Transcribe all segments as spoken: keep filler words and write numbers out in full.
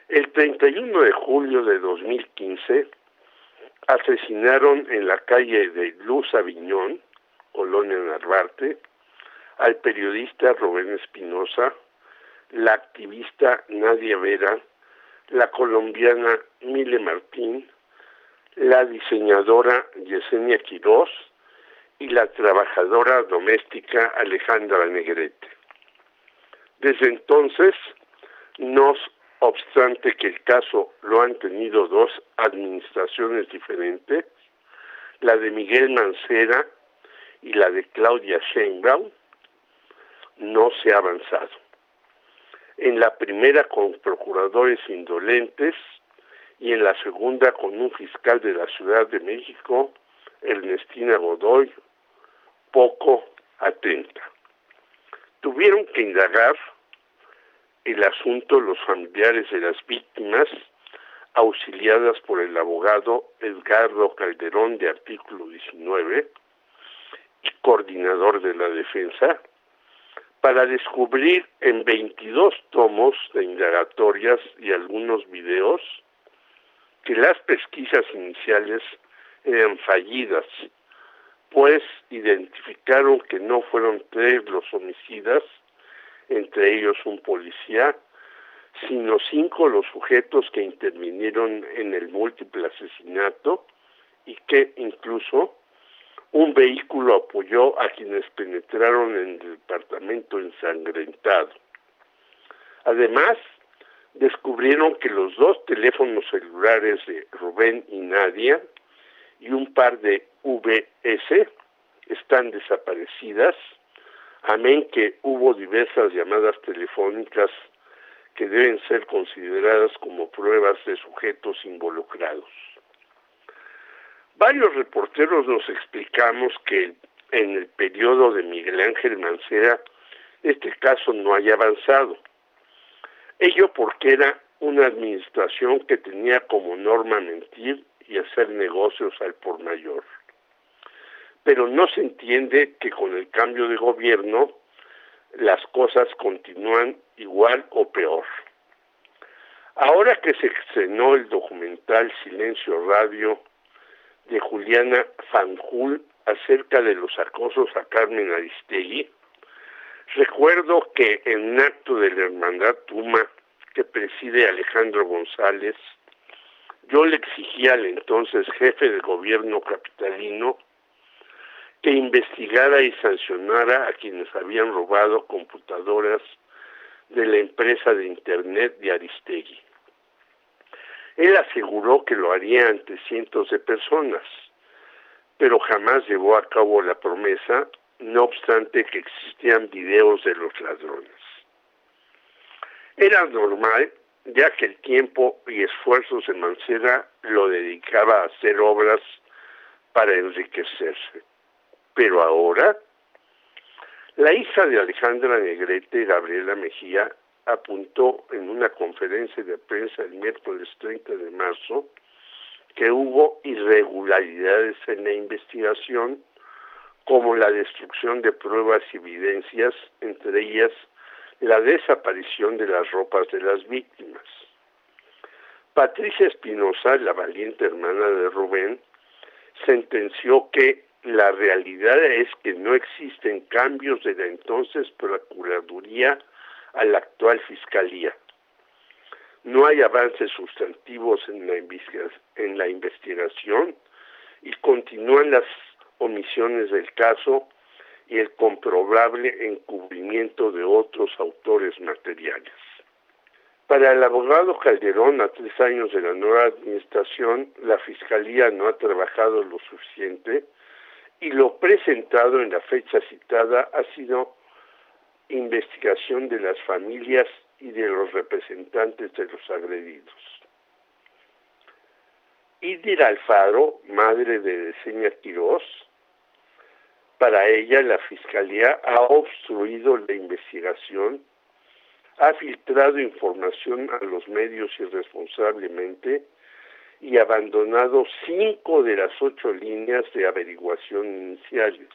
El treinta y uno de julio de dos mil quince asesinaron en la calle de Luz Aviñón, Colonia Narvarte, al periodista Rubén Espinosa, la activista Nadia Vera, la colombiana Mile Martín, la diseñadora Yesenia Quirós y la trabajadora doméstica Alejandra Negrete. Desde entonces, no obstante que el caso lo han tenido dos administraciones diferentes, la de Miguel Mancera y la de Claudia Sheinbaum, no se ha avanzado. En la primera con procuradores indolentes y en la segunda con un fiscal de la Ciudad de México, Ernestina Godoy, poco atenta. Tuvieron que indagar el asunto los familiares de las víctimas, auxiliadas por el abogado Edgardo Calderón de Artículo diecinueve y coordinador de la defensa, para descubrir en veintidós tomos de indagatorias y algunos videos que las pesquisas iniciales eran fallidas, pues identificaron que no fueron tres los homicidas, entre ellos un policía, sino cinco los sujetos que intervinieron en el múltiple asesinato y que incluso un vehículo apoyó a quienes penetraron en el departamento ensangrentado. Además, descubrieron que los dos teléfonos celulares de Rubén y Nadia y un par de V S están desaparecidas, amén que hubo diversas llamadas telefónicas que deben ser consideradas como pruebas de sujetos involucrados. Varios reporteros nos explicamos que en el periodo de Miguel Ángel Mancera este caso no haya avanzado. Ello porque era una administración que tenía como norma mentir y hacer negocios al por mayor. Pero no se entiende que con el cambio de gobierno las cosas continúan igual o peor. Ahora que se estrenó el documental Silencio Radio de Juliana Fanjul acerca de los acosos a Carmen Aristegui, recuerdo que en un acto de la Hermandad Tuma que preside Alejandro González, yo le exigí al entonces jefe de gobierno capitalino que investigara y sancionara a quienes habían robado computadoras de la empresa de internet de Aristegui. Él aseguró que lo haría ante cientos de personas, pero jamás llevó a cabo la promesa, no obstante que existían videos de los ladrones. Era normal, ya que el tiempo y esfuerzos de Mancera lo dedicaba a hacer obras para enriquecerse. Pero ahora, la hija de Alejandra Negrete, Gabriela Mejía, apuntó en una conferencia de prensa el miércoles treinta de marzo que hubo irregularidades en la investigación, como la destrucción de pruebas y evidencias, entre ellas la desaparición de las ropas de las víctimas. Patricia Espinosa, la valiente hermana de Rubén, sentenció que la realidad es que no existen cambios de la entonces Procuraduría a la actual Fiscalía. No hay avances sustantivos en la, en la investigación y continúan las omisiones del caso y el comprobable encubrimiento de otros autores materiales. Para el abogado Calderón, a tres años de la nueva administración, la Fiscalía no ha trabajado lo suficiente y lo presentado en la fecha citada ha sido investigación de las familias y de los representantes de los agredidos. Idira Alfaro, madre de Yesenia Quirós, para ella la Fiscalía ha obstruido la investigación, ha filtrado información a los medios irresponsablemente y abandonado cinco de las ocho líneas de averiguación iniciales.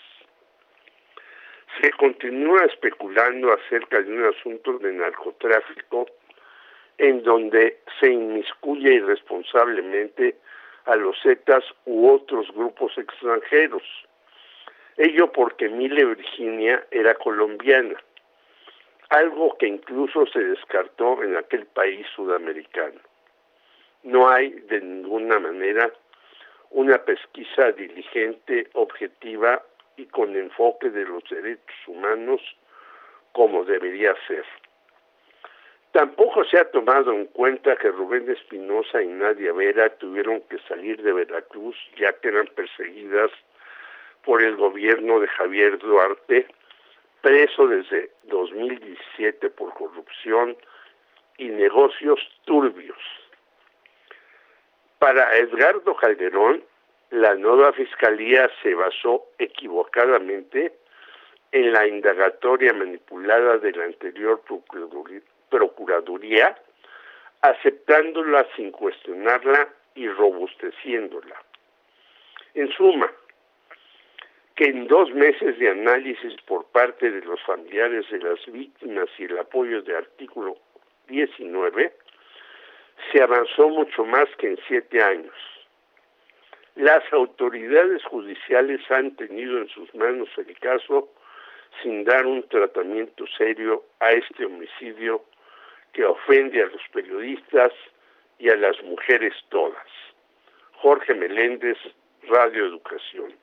Se continúa especulando acerca de un asunto de narcotráfico en donde se inmiscuye irresponsablemente a los Zetas u otros grupos extranjeros. Ello porque Mille Virginia era colombiana, algo que incluso se descartó en aquel país sudamericano. No hay de ninguna manera una pesquisa diligente, objetiva y con enfoque de los derechos humanos como debería ser. Tampoco se ha tomado en cuenta que Rubén Espinosa y Nadia Vera tuvieron que salir de Veracruz ya que eran perseguidas por el gobierno de Javier Duarte, preso desde dos mil diecisiete por corrupción y negocios turbios. Para Edgardo Calderón, la nueva fiscalía se basó equivocadamente en la indagatoria manipulada de la anterior procuraduría, aceptándola sin cuestionarla y robusteciéndola. En suma, que en dos meses de análisis por parte de los familiares de las víctimas y el apoyo de Artículo diecinueve, se avanzó mucho más que en siete años. Las autoridades judiciales han tenido en sus manos el caso sin dar un tratamiento serio a este homicidio que ofende a los periodistas y a las mujeres todas. Jorge Meléndez, Radio Educación.